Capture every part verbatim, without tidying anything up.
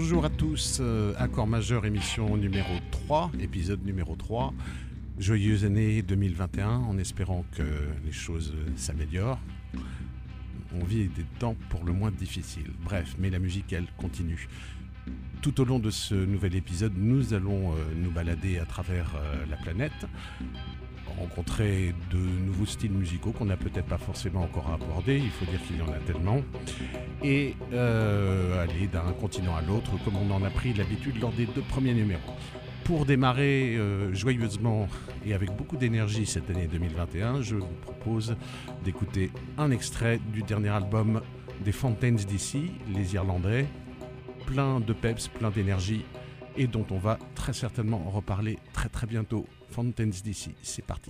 Bonjour à tous, euh, Accord majeur, émission numéro trois, épisode numéro trois. Joyeuse année deux mille vingt et un, en espérant que les choses s'améliorent. On vit des temps pour le moins difficiles. Bref, mais la musique, elle, continue. Tout au long de ce nouvel épisode, nous allons euh, nous balader à travers euh, la planète, rencontrer de nouveaux styles musicaux qu'on n'a peut-être pas forcément encore abordés, il faut dire qu'il y en a tellement, et euh, aller d'un continent à l'autre comme on en a pris l'habitude lors des deux premiers numéros. Pour démarrer euh, joyeusement et avec beaucoup d'énergie cette année deux mille vingt et un, je vous propose d'écouter un extrait du dernier album des Fountains D C, les Irlandais, plein de peps, plein d'énergie, et dont on va très certainement reparler très très bientôt. Fountains D C, c'est parti.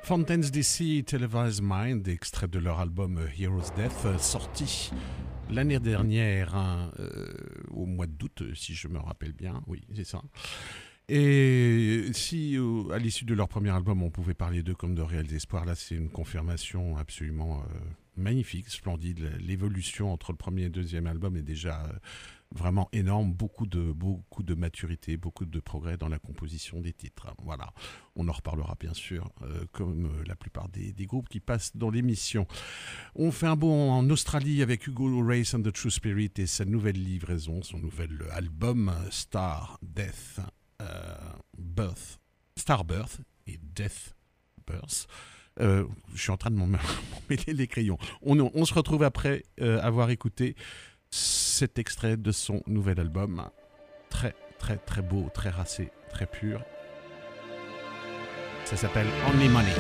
Fountains D C, Televised Mind, extrait de leur album Heroes Death, sorti l'année dernière, hein, euh, au mois d'août, si je me rappelle bien. Oui, c'est ça. Et si euh, à l'issue de leur premier album, on pouvait parler d'eux comme de réels espoirs, là c'est une confirmation absolument euh, magnifique, splendide. L'évolution entre le premier et le deuxième album est déjà euh, vraiment énorme, beaucoup de, beaucoup de maturité, beaucoup de progrès dans la composition des titres. Voilà, on en reparlera bien sûr, euh, comme euh, la plupart des, des groupes qui passent dans l'émission. On fait un bond en Australie avec Hugo Race and the True Spirit et sa nouvelle livraison, son nouvel album Star Death euh, Birth, Star Birth et Death Birth. Euh, je suis en train de m'en mêler les crayons. On, on se retrouve après euh, avoir écouté cet extrait de son nouvel album, très très très beau, très racé, très pur. Ça s'appelle Only Money.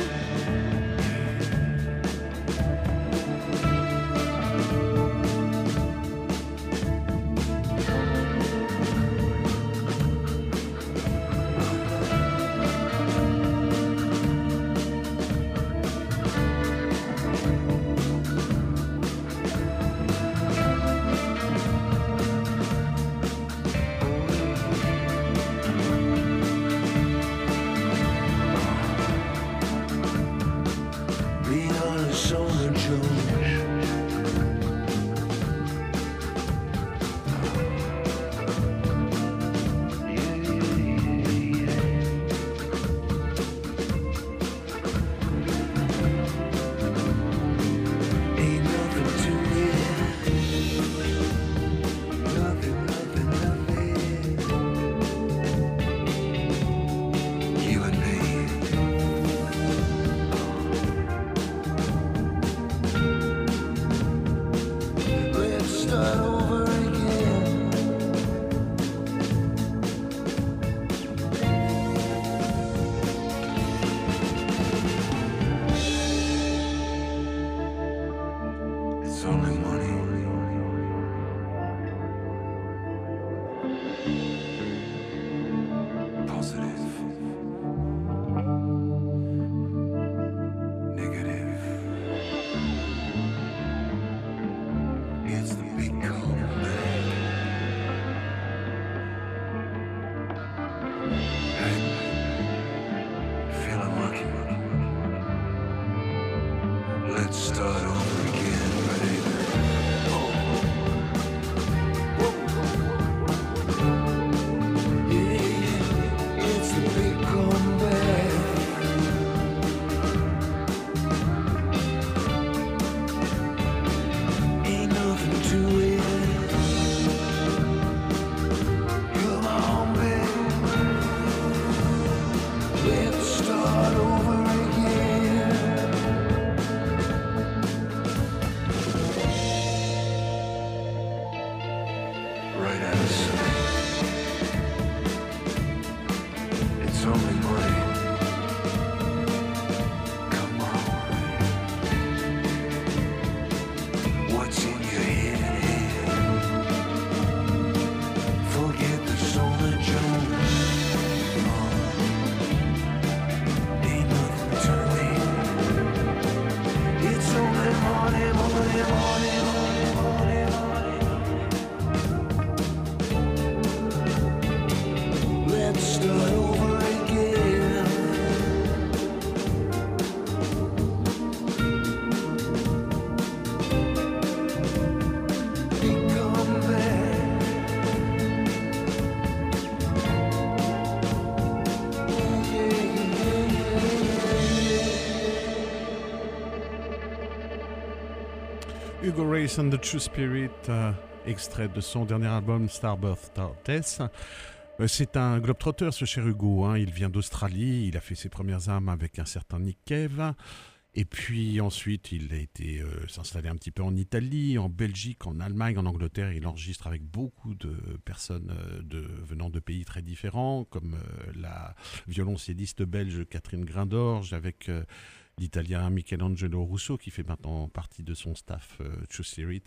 Hugo Race and the True Spirit, euh, extrait de son dernier album Starbirth Star Death. Euh, c'est un globetrotter, ce cher Hugo, hein. Il vient d'Australie, il a fait ses premières armes avec un certain Nick Cave, et puis ensuite il a été euh, s'installer un petit peu en Italie, en Belgique, en Allemagne, en Angleterre. Il enregistre avec beaucoup de personnes euh, de, venant de pays très différents, comme euh, la violoncelliste belge Catherine Grindorge, avec euh, l'Italien Michelangelo Russo, qui fait maintenant partie de son staff euh, True Spirit. Euh,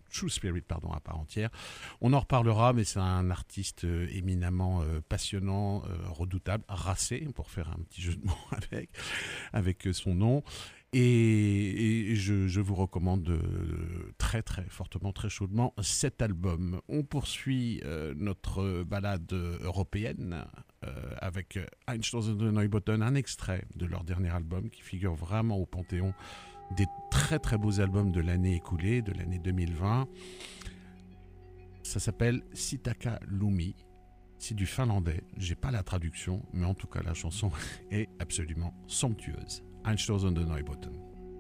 True Spirit, pardon, à part entière. On en reparlera, mais c'est un artiste euh, éminemment euh, passionnant, euh, redoutable, racé, pour faire un petit jeu de mots avec, avec euh, son nom. Et, et je, je vous recommande euh, très très fortement, très chaudement cet album. On poursuit euh, notre balade européenne euh, avec Einstürzen der Neubauten, un extrait de leur dernier album qui figure vraiment au panthéon des très très beaux albums de l'année écoulée, de l'année deux mille vingt. Ça s'appelle Sitaka Lumi. C'est du finlandais, j'ai pas la traduction, mais en tout cas la chanson est absolument somptueuse. Einstürzen der Neubauten.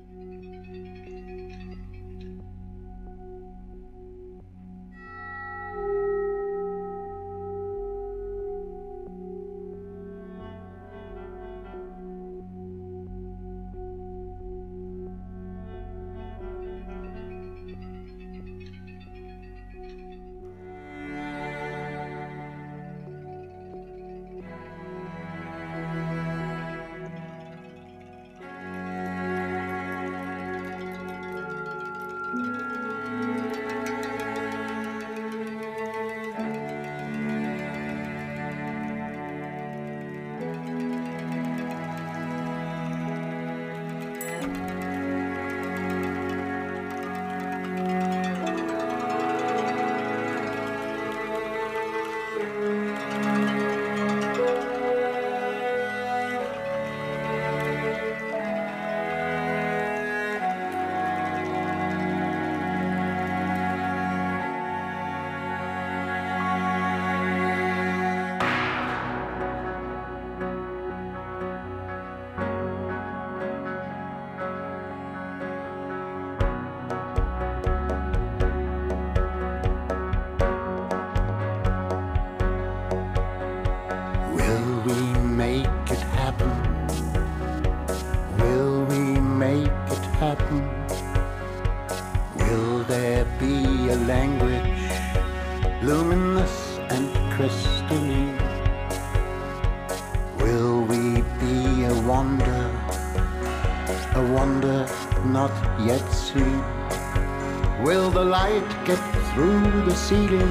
Get through the ceiling.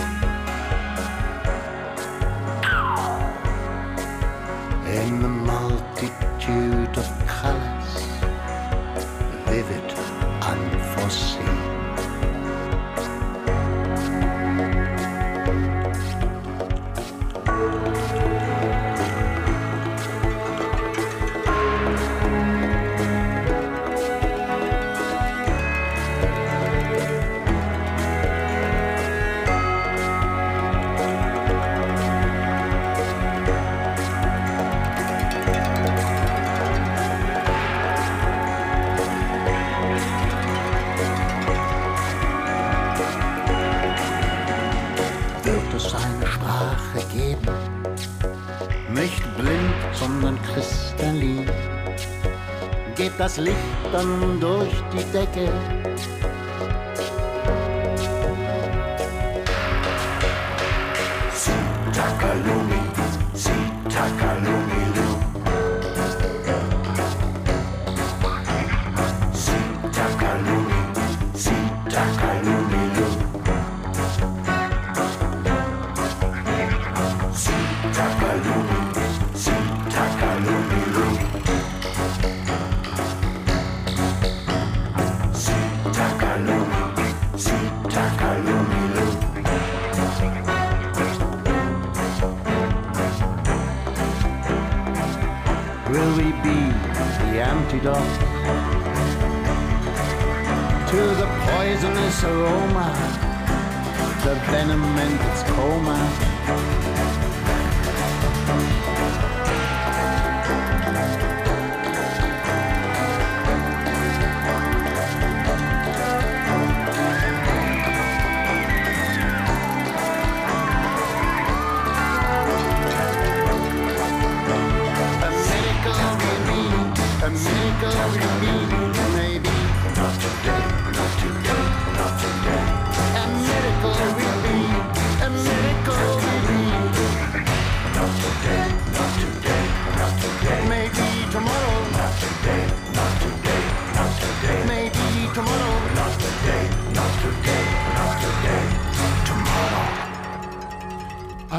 In the multitude of colors, vivid, unforeseen. Das Licht dann durch die Decke. Sitaka Lumi, Sitaka Lumi Lu. Sitaka Lumi, Sitaka Lumi Lu. Sitaka Lumi, Sitaka Lumi Lu. Will we be the antidote to the poisonous aroma, the venom and its coma? A miracle we need, maybe. Not today, not today, not today. A miracle we need, a miracle we need. Not today.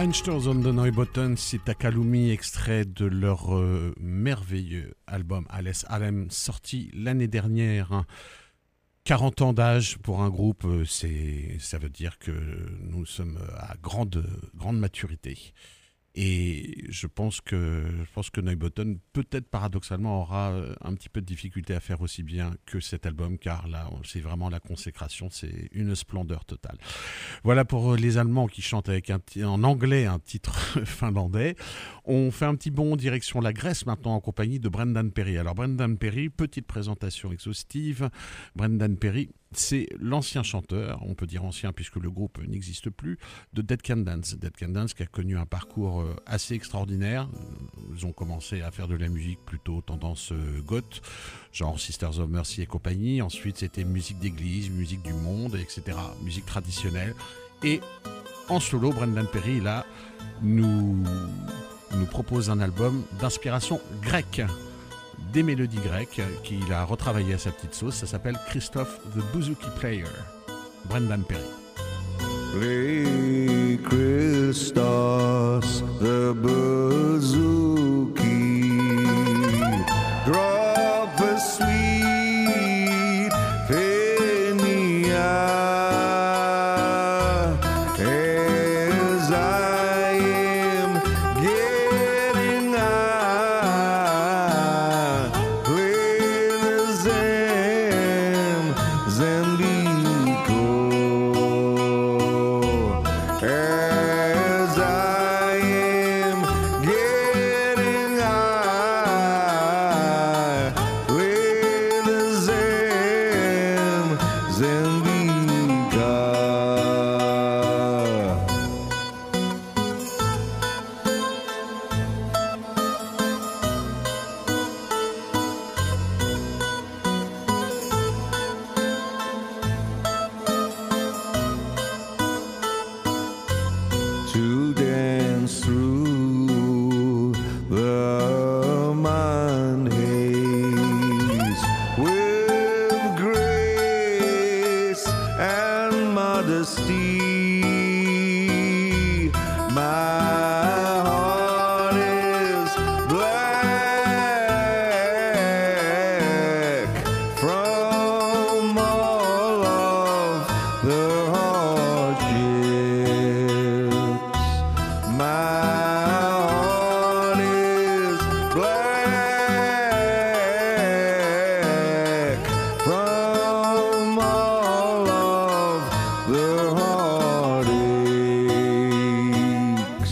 Einstürzen de Neubotten, c'est Takalumi, extrait de leur euh, merveilleux album Alles Allem, sorti l'année dernière. Hein. quarante ans d'âge pour un groupe, euh, c'est, ça veut dire que nous sommes à grande, grande maturité. Et je pense que, je pense que Neubotten, peut-être paradoxalement, aura un petit peu de difficulté à faire aussi bien que cet album, car là, c'est vraiment la consécration, c'est une splendeur totale. Voilà pour les Allemands qui chantent avec un, en anglais un titre finlandais. On fait un petit bond en direction la Grèce maintenant en compagnie de Brendan Perry. Alors Brendan Perry, petite présentation exhaustive. Brendan Perry, c'est l'ancien chanteur, on peut dire ancien puisque le groupe n'existe plus, de Dead Can Dance. Dead Can Dance qui a connu un parcours assez extraordinaire. Ils ont commencé à faire de la musique plutôt tendance goth, genre Sisters of Mercy et compagnie. Ensuite, c'était musique d'église, musique du monde, et cetera. Musique traditionnelle. Et en solo, Brendan Perry, là, nous, nous propose un album d'inspiration grecque. Des mélodies grecques qu'il a retravaillé à sa petite sauce. Ça s'appelle Christophe the Bouzouki Player. Brendan Perry. Play Christos the Bouzouki. Drop a sweet Fenia as I am getting high. Play the Zam Zambico as I am getting high. Play the Zam Zambica. To dance through the mind haze with grace and modesty. My heart is black from all of the hardships. My heart is black from all of the heartaches.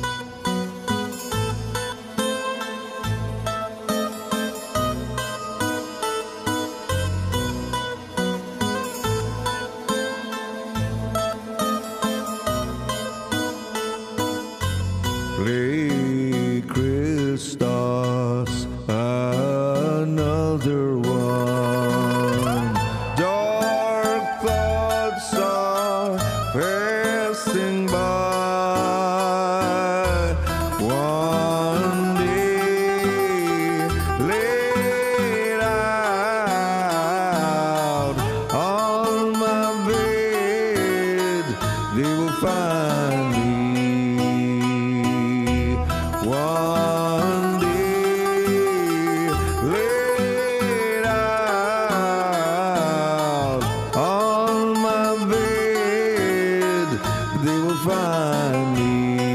Play Christos, another one. Dark thoughts are passing by. One day, laid out on my bed, they will find me. One day, laid out on my bed, they will find me.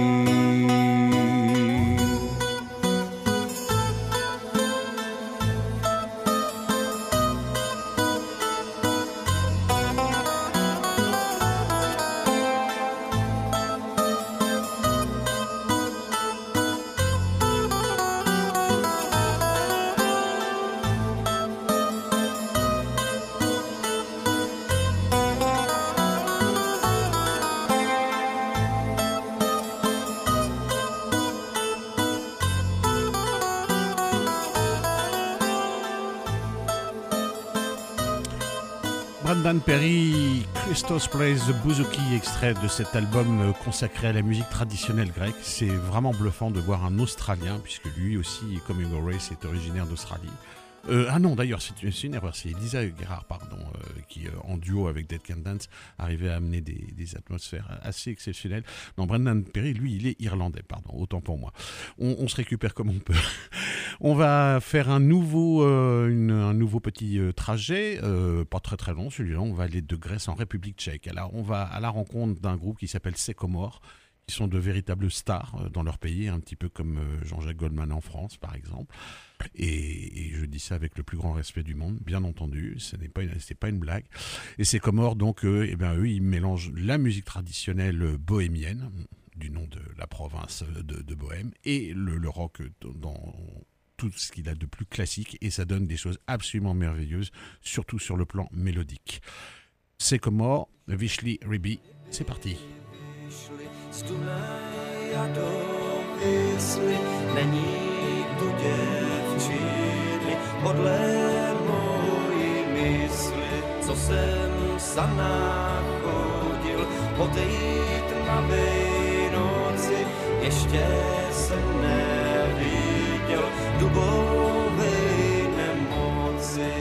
Brendan Perry, Christos Plays the Bouzouki, extrait de cet album consacré à la musique traditionnelle grecque. C'est vraiment bluffant de voir un Australien, puisque lui aussi, comme Hugo Race, est originaire d'Australie, Euh, ah non, d'ailleurs, c'est une, c'est une erreur. C'est Elisa Gerrard, pardon, euh, qui, euh, en duo avec Dead Can Dance, arrivait à amener des, des atmosphères assez exceptionnelles. Non, Brendan Perry, lui, il est irlandais, pardon, autant pour moi. On, on se récupère comme on peut. On va faire un nouveau, euh, une, un nouveau petit euh, trajet, euh, pas très très long celui-là. On va aller de Grèce en République tchèque. Alors, on va à la rencontre d'un groupe qui s'appelle Sycomore, qui sont de véritables stars euh, dans leur pays, un petit peu comme euh, Jean-Jacques Goldman en France, par exemple. Et, et je dis ça avec le plus grand respect du monde, bien entendu, ce n'est pas une, c'est pas une blague. Et ces Comores, donc, euh, eh ben, eux, ils mélangent la musique traditionnelle bohémienne, du nom de la province de, de Bohême, et le, le rock dans tout ce qu'il a de plus classique, et ça donne des choses absolument merveilleuses, surtout sur le plan mélodique. C'est Comores, Vyšly ryby, c'est parti. Z Dunaje a do Visly, není tu děvčiny podle mojí mysli, co jsem sam nachodil po té tmavej noci, ještě jsem neviděl dubovej nemoci.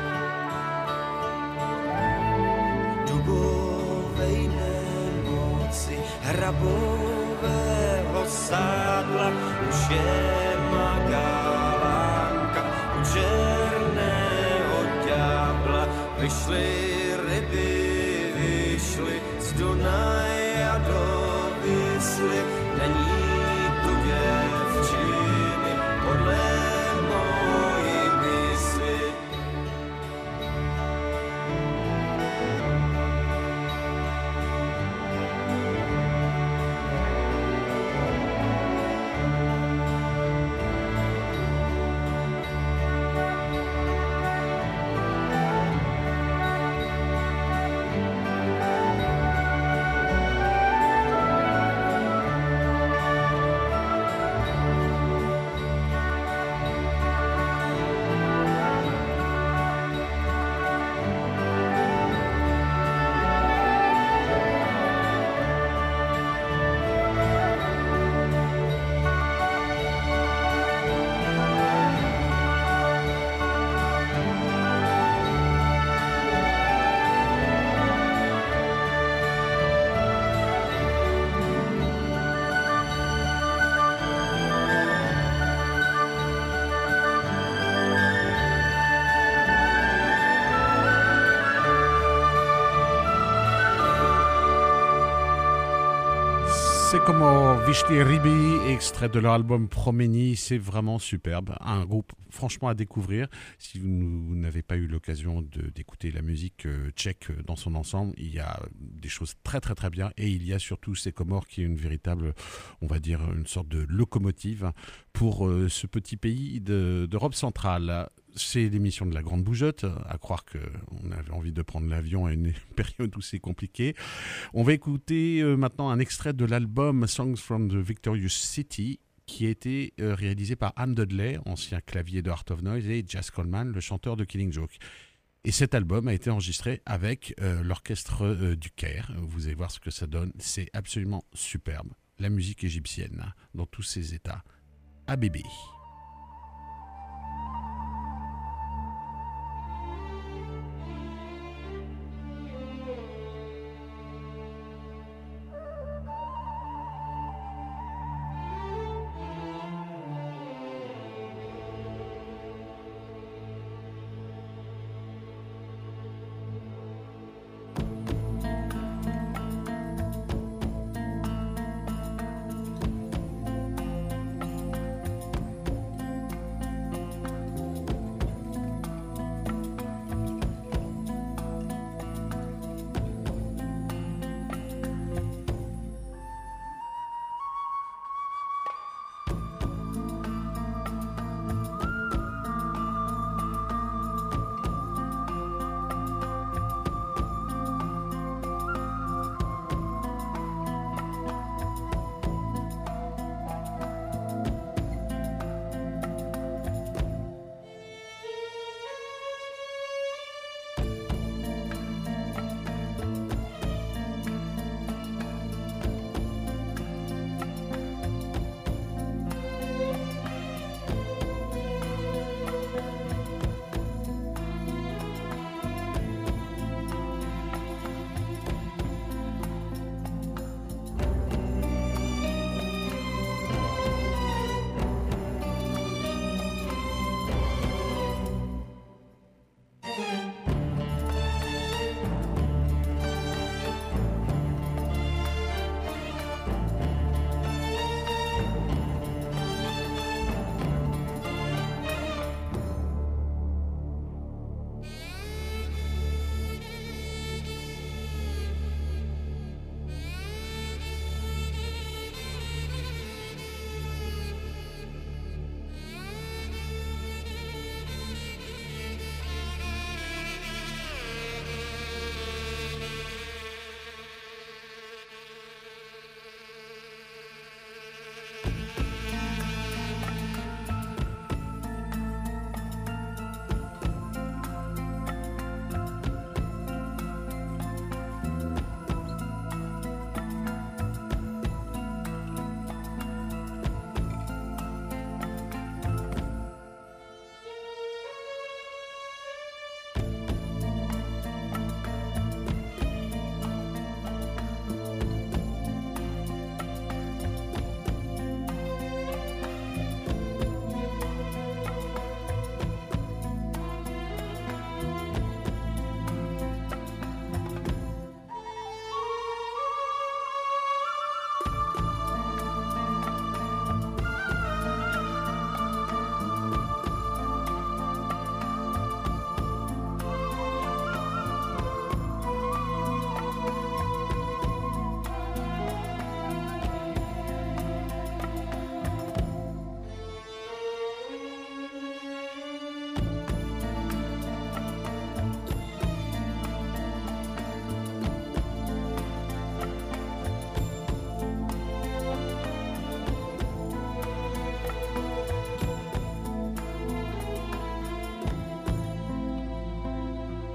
Dubovej nemoci, hrabového sádla, už je magálánka u černého ďábla. Vyšly ryby, vyšly z Dunaje a do Visly, není tu děvčiny podle mojí mysli. C'est comme Vyšly ryby, extrait de leur album Promeny, c'est vraiment superbe, un groupe franchement à découvrir. Si vous, vous n'avez pas eu l'occasion de, d'écouter la musique euh, tchèque dans son ensemble, il y a des choses très très très bien, et il y a surtout Sycomore qui est une véritable, on va dire, une sorte de locomotive pour euh, ce petit pays de, d'Europe centrale. C'est l'émission de la Grande Bougeotte, à croire qu'on avait envie de prendre l'avion à une période où c'est compliqué. On va écouter euh, maintenant un extrait de l'album Songs from the Victorious City, qui a été euh, réalisé par Anne Dudley, ancien clavier de Heart of Noise, et Jas Coleman, le chanteur de Killing Joke. Et cet album a été enregistré avec euh, l'orchestre euh, du Caire. Vous allez voir ce que ça donne, c'est absolument superbe. La musique égyptienne, dans tous ses états. À bébé.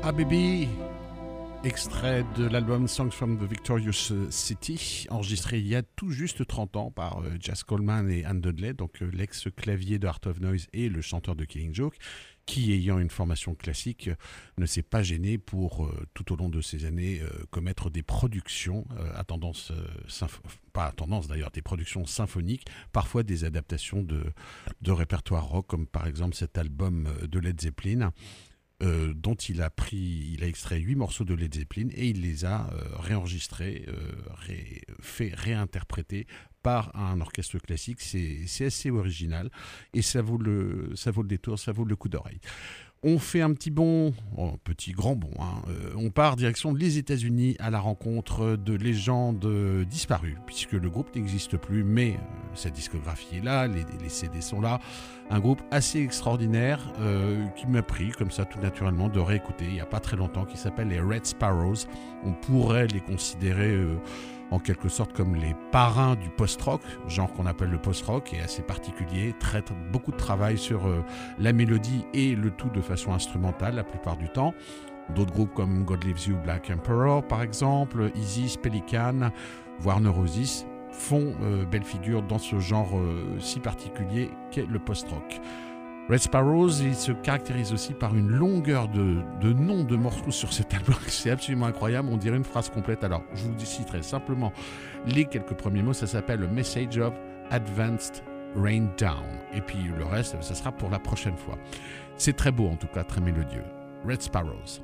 A B B, extrait de l'album Songs from the Victorious City, enregistré il y a tout juste trente ans par euh, Jas Coleman et Anne Dudley, donc euh, l'ex-clavier de Art of Noise et le chanteur de Killing Joke, qui, ayant une formation classique, euh, ne s'est pas gêné pour, euh, tout au long de ces années, euh, commettre des productions euh, à tendance, euh, symph- pas à tendance d'ailleurs, des productions symphoniques, parfois des adaptations de, de répertoire rock, comme par exemple cet album de Led Zeppelin, Euh, dont il a pris, il a extrait huit morceaux de Led Zeppelin et il les a euh, réenregistrés, euh, ré, fait réinterpréter par un orchestre classique. C'est, c'est assez original et ça vaut le, ça vaut le détour, ça vaut le coup d'oreille. On fait un petit bond, oh, petit grand bond, hein. euh, on part direction les États-Unis à la rencontre de légendes disparues, puisque le groupe n'existe plus, mais euh, sa discographie est là, les, les C D sont là. Un groupe assez extraordinaire euh, qui m'a pris comme ça tout naturellement de réécouter il n'y a pas très longtemps, qui s'appelle les Red Sparrows. On pourrait les considérer euh, en quelque sorte comme les parrains du post-rock, genre qu'on appelle le post-rock, et assez particulier, traite beaucoup de travail sur euh, la mélodie et le tout de façon instrumentale la plupart du temps. D'autres groupes comme God Leaves You, Black Emperor par exemple, Isis, Pelican, voire Neurosis font euh, belle figure dans ce genre euh, si particulier qu'est le post-rock. Red Sparrows, il se caractérise aussi par une longueur de, de noms de morceaux sur cet album, c'est absolument incroyable, on dirait une phrase complète. Alors, je vous citerai simplement les quelques premiers mots, ça s'appelle Message of Advanced Rain Down, et puis le reste, ça sera pour la prochaine fois. C'est très beau en tout cas, très mélodieux. Red Sparrows.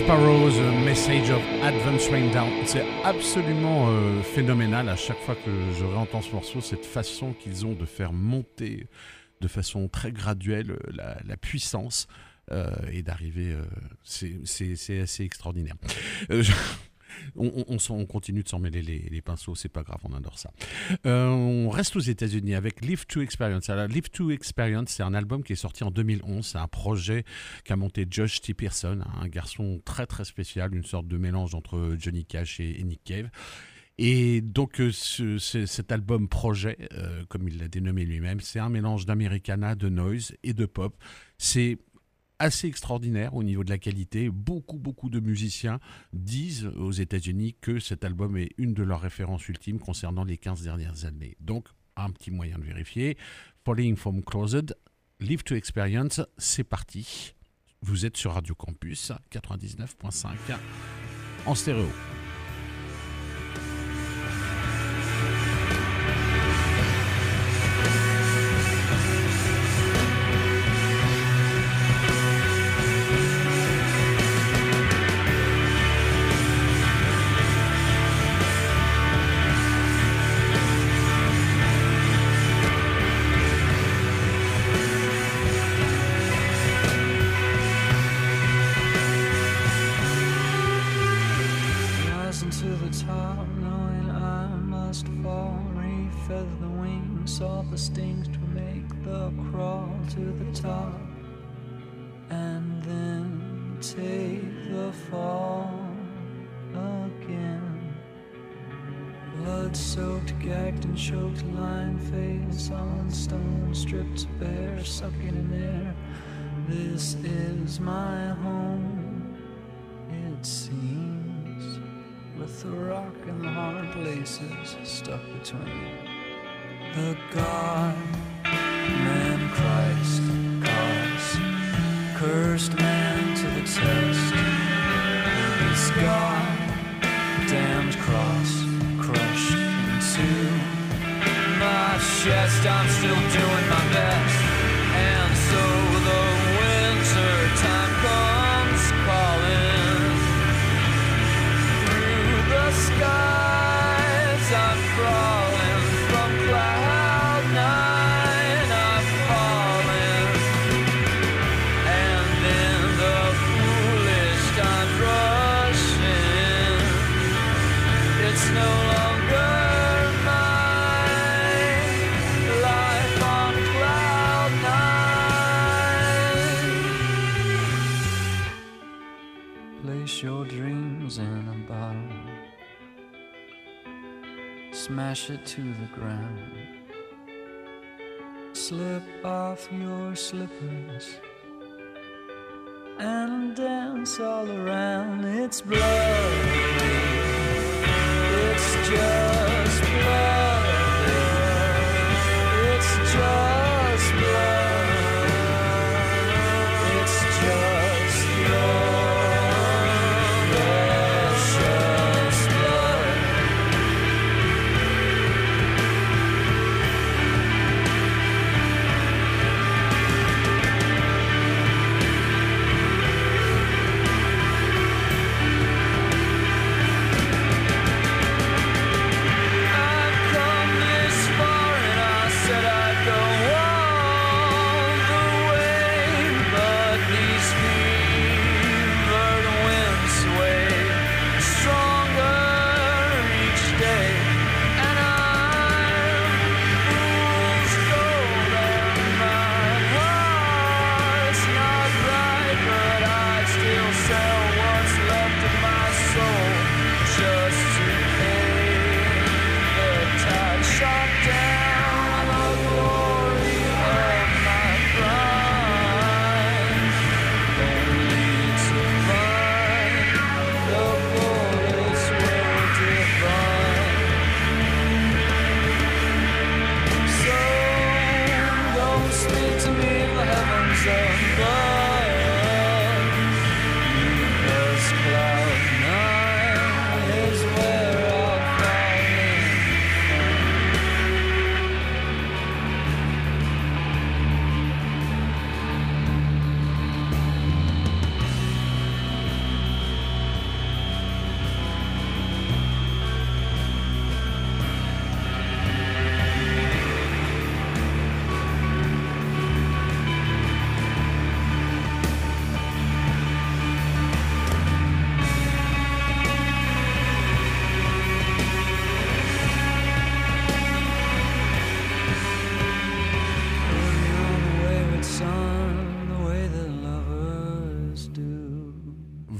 Sparrows, A Message of Advance Rain Down. C'est absolument euh, phénoménal à chaque fois que je réentends ce morceau, cette façon qu'ils ont de faire monter de façon très graduelle la, la puissance euh, et d'arriver. Euh, c'est, c'est, c'est assez extraordinaire. Euh, je... On, on, on continue de s'en mêler les, les pinceaux, c'est pas grave, on adore ça. Euh, on reste aux États-Unis avec Live to Experience. Alors, Live to Experience, c'est un album qui est sorti en deux mille onze. C'est un projet qu'a monté Josh T. Pearson, un garçon très très spécial, une sorte de mélange entre Johnny Cash et, et Nick Cave. Et donc, euh, ce, ce, cet album projet, euh, comme il l'a dénommé lui-même, c'est un mélange d'Americana, de noise et de pop. C'est assez extraordinaire au niveau de la qualité. Beaucoup, beaucoup de musiciens disent aux États-Unis que cet album est une de leurs références ultimes concernant les quinze dernières années. Donc, un petit moyen de vérifier. Falling from Closet, Live to Experience, c'est parti. Vous êtes sur Radio Campus quatre-vingt-dix-neuf virgule cinq en stéréo. Choked line face on stone, stripped bare, sucking in air. This is my home, it seems, with the rock and the hard places stuck between. The God, man, Christ, cause, cursed man to the test. This God, damned cross, crushed into my chest. I'm still doing my best, and so the winter time comes calling through the skies. I'm crawling from cloud nine, I'm falling, and then the foolish time rushing. It's no longer your dreams in a bottle, smash it to the ground, slip off your slippers and dance all around. It's blood, it's just blood, it's just blood, it's just blood. I've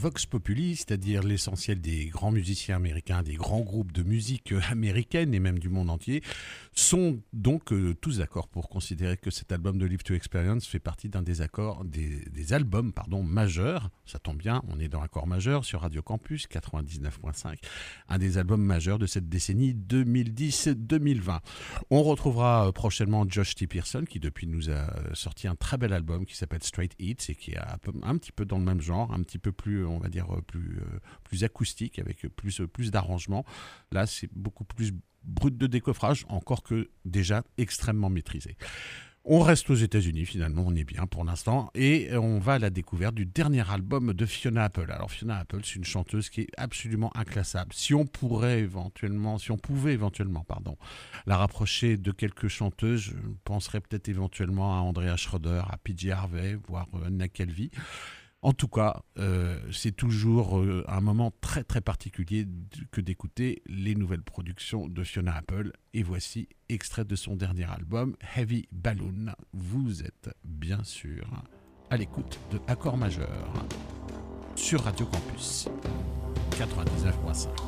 Vox Populi, c'est-à-dire l'essentiel des grands musiciens américains, des grands groupes de musique américaine et même du monde entier, sont donc euh, tous d'accord pour considérer que cet album de Live to Experience fait partie d'un des accords, des, des albums pardon, majeurs. Ça tombe bien, on est dans accord majeur sur Radio Campus quatre-vingt-dix-neuf virgule cinq, un des albums majeurs de cette décennie deux mille dix deux mille vingt. On retrouvera prochainement Josh T. Pearson qui depuis nous a sorti un très bel album qui s'appelle Straight Hits et qui est un, peu, un petit peu dans le même genre, un petit peu plus, on va dire, plus, euh, plus acoustique avec plus, plus d'arrangements. Là, c'est beaucoup plus brut de décoffrage, encore que déjà extrêmement maîtrisé. On reste aux États-Unis, finalement, on est bien pour l'instant, et on va à la découverte du dernier album de Fiona Apple. Alors Fiona Apple, c'est une chanteuse qui est absolument inclassable. Si on pourrait éventuellement, si on pouvait éventuellement, pardon, la rapprocher de quelques chanteuses, je penserais peut-être éventuellement à Andrea Schroeder, à P J Harvey, voire Anna Calvi. En tout cas, euh, c'est toujours euh, un moment très très particulier que d'écouter les nouvelles productions de Fiona Apple. Et voici extrait de son dernier album, Heavy Balloon. Vous êtes bien sûr à l'écoute de Accord Majeur sur Radio Campus quatre-vingt-dix-neuf virgule cinq.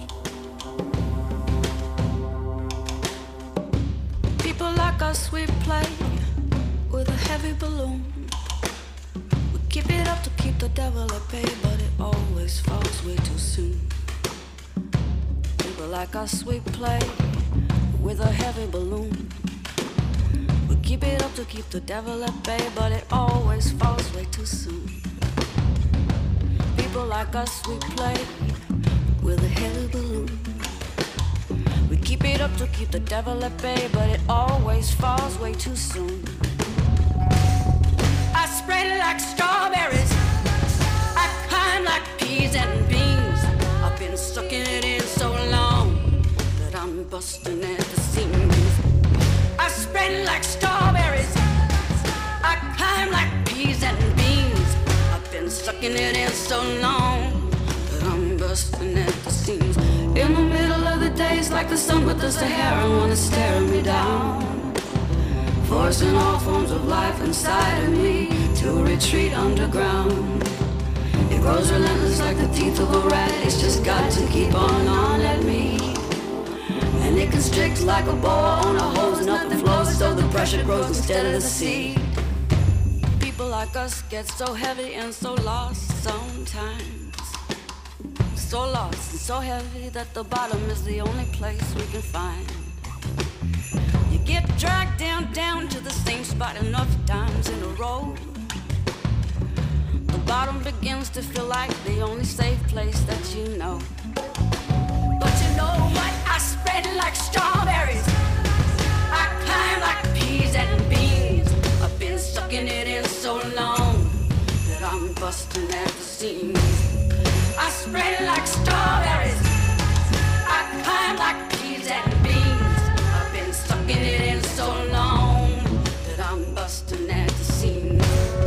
People like us, we play with a heavy balloon. Keep it up to keep the devil at bay, but it always falls way too soon. People like us, we play with a heavy balloon. We keep it up to keep the devil at bay, but it always falls way too soon. People like us, we play with a heavy balloon. We keep it up to keep the devil at bay, but it always falls way too soon. I spread it like strawberries, I climb like peas and beans. I've been sucking it in so long that I'm busting at the seams. I spread it like strawberries, I climb like peas and beans. I've been sucking it in so long that I'm busting at the seams. In the middle of the day, it's like the sun with the Sahara wanna stare me down, forcing all forms of life inside of me to retreat underground. It grows relentless like the teeth of a rat. It's just got to keep on on at me. And it constricts like a boa on a hose. Nothing flows, so the pressure grows instead of the sea. People like us get so heavy and so lost sometimes. So lost and so heavy that the bottom is the only place we can find. Get dragged down, down to the same spot enough times in a row. The bottom begins to feel like the only safe place that you know. But you know what? I spread it like strawberries, I climb like peas and beans. I've been sucking it in so long that I'm busting at the seams. I spread it like strawberries, I climb like peas and beans. I've been sucking it in so long that I'm busting at the seams.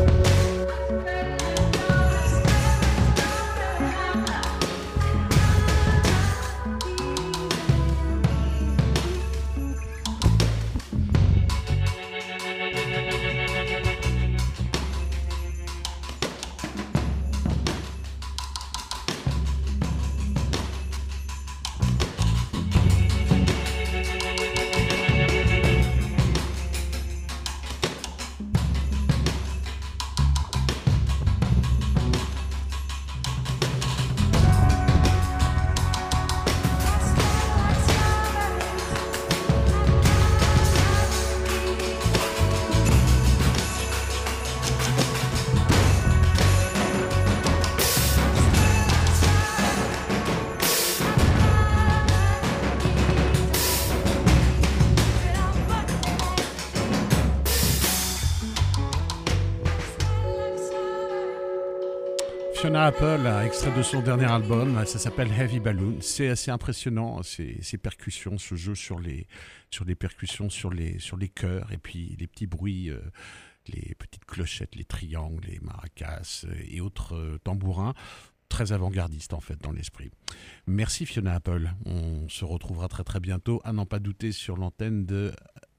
Fiona Apple, un extrait de son dernier album, ça s'appelle Heavy Balloon. C'est assez impressionnant, ces, ces percussions, ce jeu sur les, sur les percussions, sur les, sur les chœurs, et puis les petits bruits, euh, les petites clochettes, les triangles, les maracas et autres euh, tambourins. Très avant-gardiste en fait dans l'esprit. Merci Fiona Apple. On se retrouvera très très bientôt, à n'en pas douter, sur l'antenne de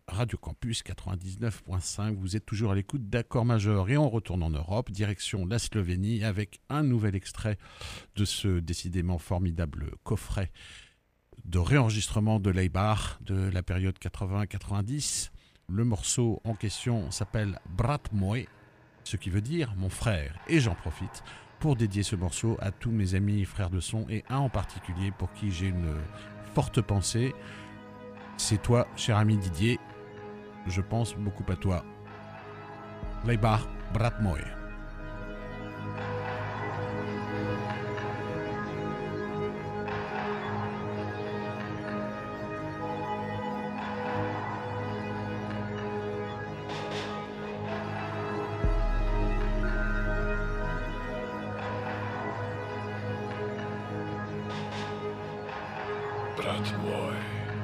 Radio Campus quatre-vingt-dix-neuf point cinq. Vous êtes toujours à l'écoute d'Accords majeurs et on retourne en Europe, direction la Slovénie, avec un nouvel extrait de ce décidément formidable coffret de réenregistrement de Leibar de la période quatre-vingts quatre-vingt-dix. Le morceau en question s'appelle Brat Moj, ce qui veut dire mon frère, et j'en profite pour dédier ce morceau à tous mes amis frères de son et un en particulier pour qui j'ai une forte pensée. C'est toi, cher ami Didier. Je pense beaucoup à toi. Leibar, Brat Moj. Brat moj,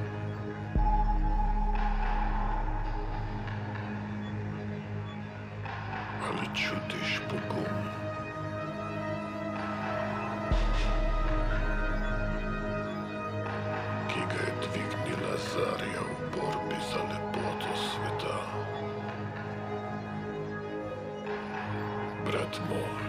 ali čutiš pogum? Ki ga je dvignila Zarja v borbi za lepoto sveta. Brat moj,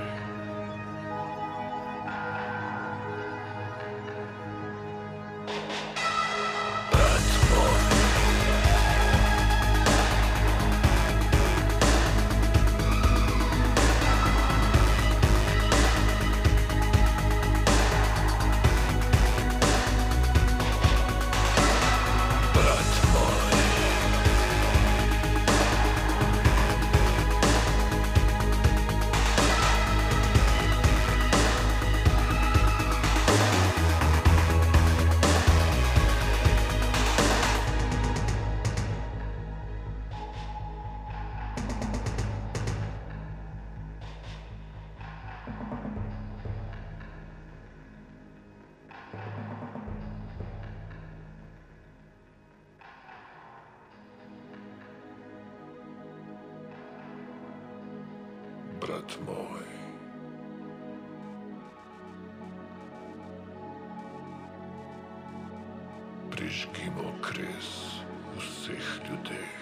brat moj. Prižgimo kres vseh ljudeh.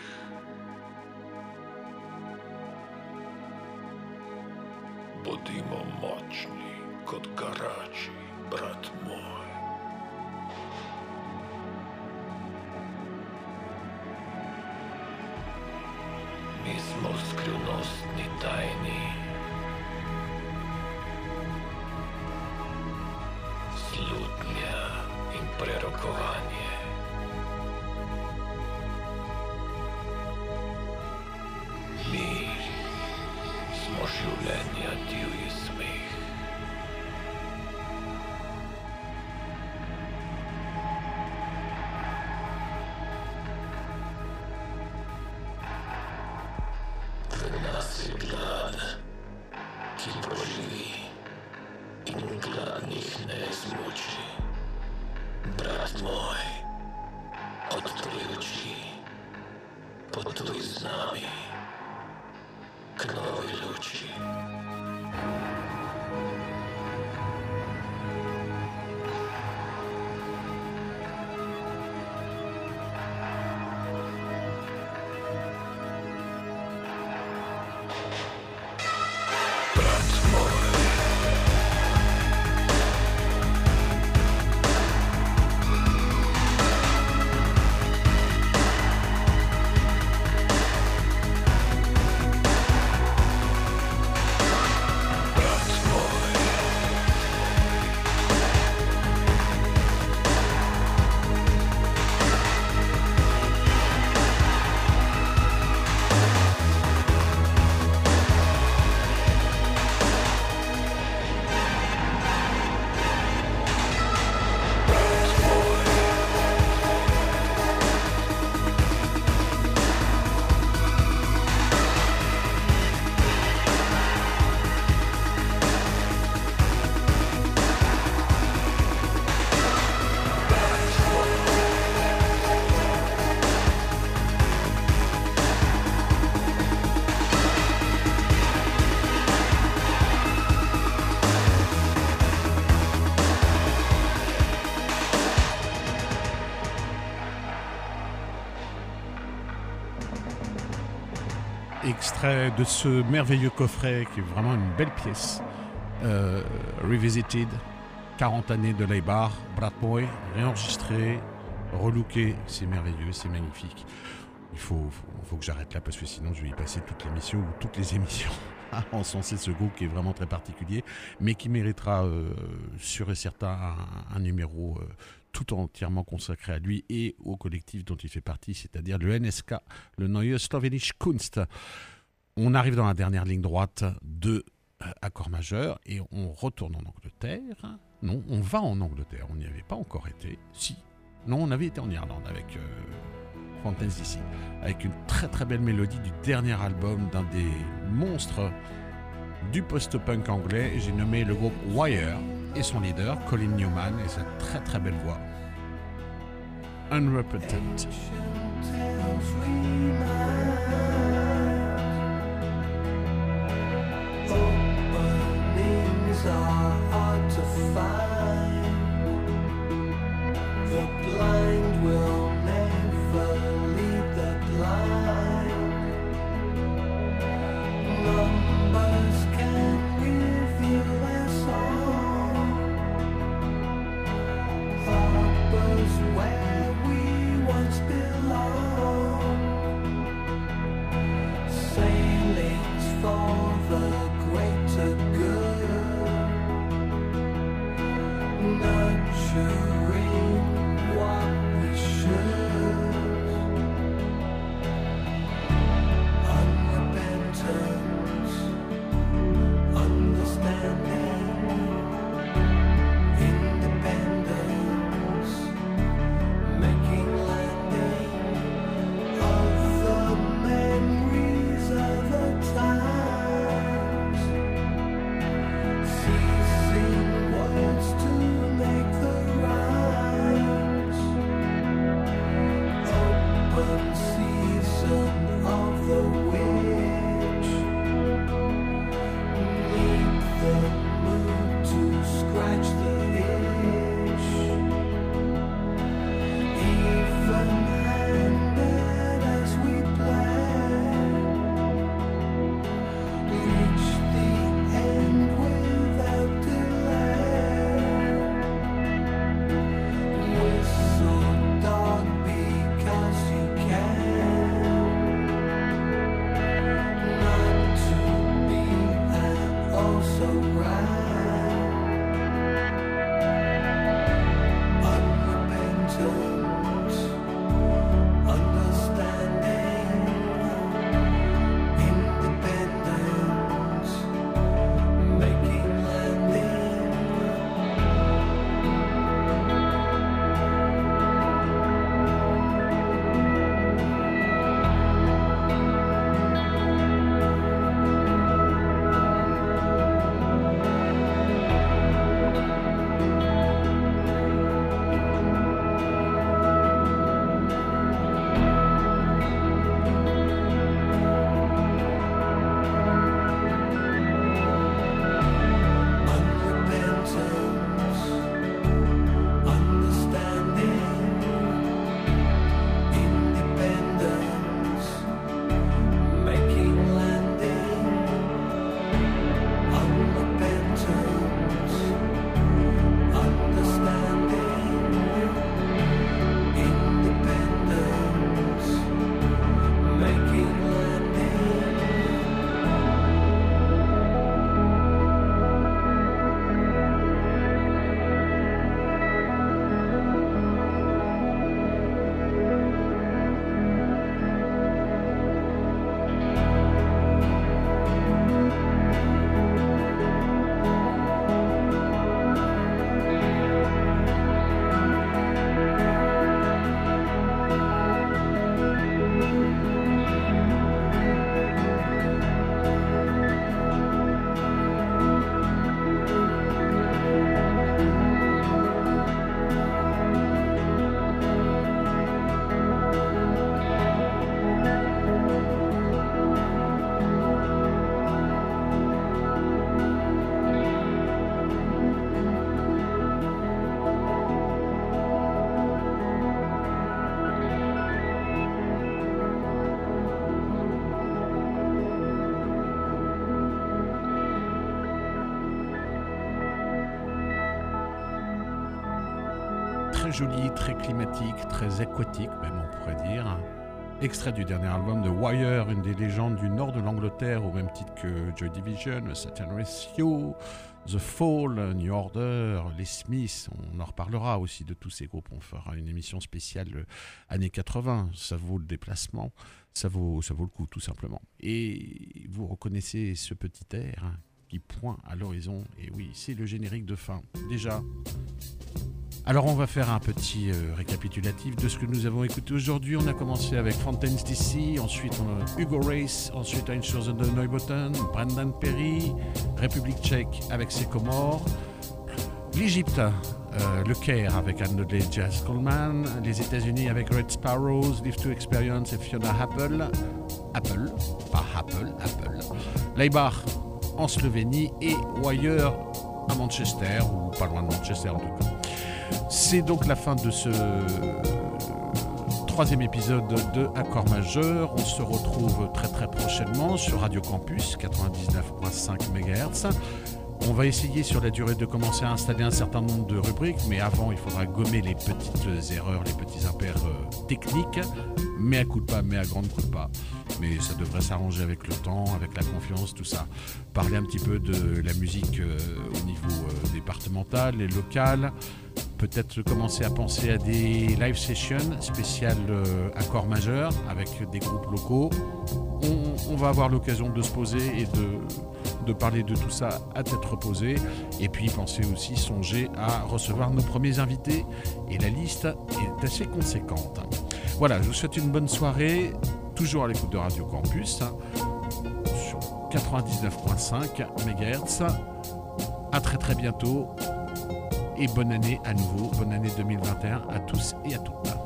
Bodimo močni kot garači, brat moj. Mi smo skrivnostni tajni. Slutnja in prerokovanje. Mi smo življenja divji smeh. V nas je glad, ki boli in gladnih ne zmuči. Brat moj, odpri oči, potuj z nami k novi luči. Brat moj, extrait de ce merveilleux coffret qui est vraiment une belle pièce. Euh, Revisited, quarante années de Leibar, Bradboy, réenregistré, relooké, c'est merveilleux, c'est magnifique. Il faut, faut, faut que j'arrête là parce que sinon je vais y passer toute l'émission ou toutes les émissions à encenser ce groupe qui est vraiment très particulier, mais qui méritera euh, sûr et certain un, un numéro euh, tout entièrement consacré à lui et au collectif dont il fait partie, c'est-à-dire le N S K, le Neue Slowenische Kunst. On arrive dans la dernière ligne droite de euh, accord majeur et on retourne en Angleterre. Non, on va en Angleterre, on n'y avait pas encore été. Si, non, on avait été en Irlande avec euh, Fountains D C, avec une très très belle mélodie du dernier album d'un des monstres du post-punk anglais. J'ai nommé le groupe Wire et son leader Colin Newman et sa très très belle voix. Unrepentant. Openings are hard to find. The blind will never lead the blind. Numbers can reveal their song. Harbors where we once belonged. très joli, très climatique, très aquatique même on pourrait dire. Extrait du dernier album de Wire, une des légendes du nord de l'Angleterre, au même titre que Joy Division, Saturn Ratio, The Fall, New Order, les Smiths. On en reparlera aussi de tous ces groupes. On fera une émission spéciale euh, années quatre-vingts. Ça vaut le déplacement, ça vaut, ça vaut le coup tout simplement. Et vous reconnaissez ce petit air hein, qui pointe à l'horizon. Et oui, c'est le générique de fin. Déjà. Alors on va faire un petit euh, récapitulatif de ce que nous avons écouté aujourd'hui. On a commencé avec Fountains D C, ensuite on a Hugo Race, ensuite Einstürzen de Neubotten, Brendan Perry, République tchèque avec ses Comores, l'Égypte, euh, le Caire avec Anne Jazz Coleman, les États-Unis avec Red Sparrows, Live to Experience et Fiona Apple, Apple, pas Apple, Apple, Leibach en Slovénie et Wire à Manchester, ou pas loin de Manchester en tout cas. C'est donc la fin de ce troisième épisode de Accord Majeur. On se retrouve très très prochainement sur Radio Campus quatre-vingt-dix-neuf virgule cinq mégahertz. On va essayer sur la durée de commencer à installer un certain nombre de rubriques, mais avant il faudra gommer les petites erreurs, les petits impairs euh, techniques, mais à coup de pas, mais à grande coup de pas. Mais ça devrait s'arranger avec le temps, avec la confiance, tout ça. Parler un petit peu de la musique euh, au niveau euh, départemental et local. Peut-être commencer à penser à des live sessions spéciales euh, accords majeurs avec des groupes locaux. On, on va avoir l'occasion de se poser et de, de parler de tout ça à tête reposée. Et puis penser aussi, songer à recevoir nos premiers invités. Et la liste est assez conséquente. Voilà, je vous souhaite une bonne soirée. Toujours à l'écoute de Radio Campus sur quatre-vingt-dix-neuf virgule cinq mégahertz. À très très bientôt. Et bonne année à nouveau, bonne année deux mille vingt et un à tous et à toutes.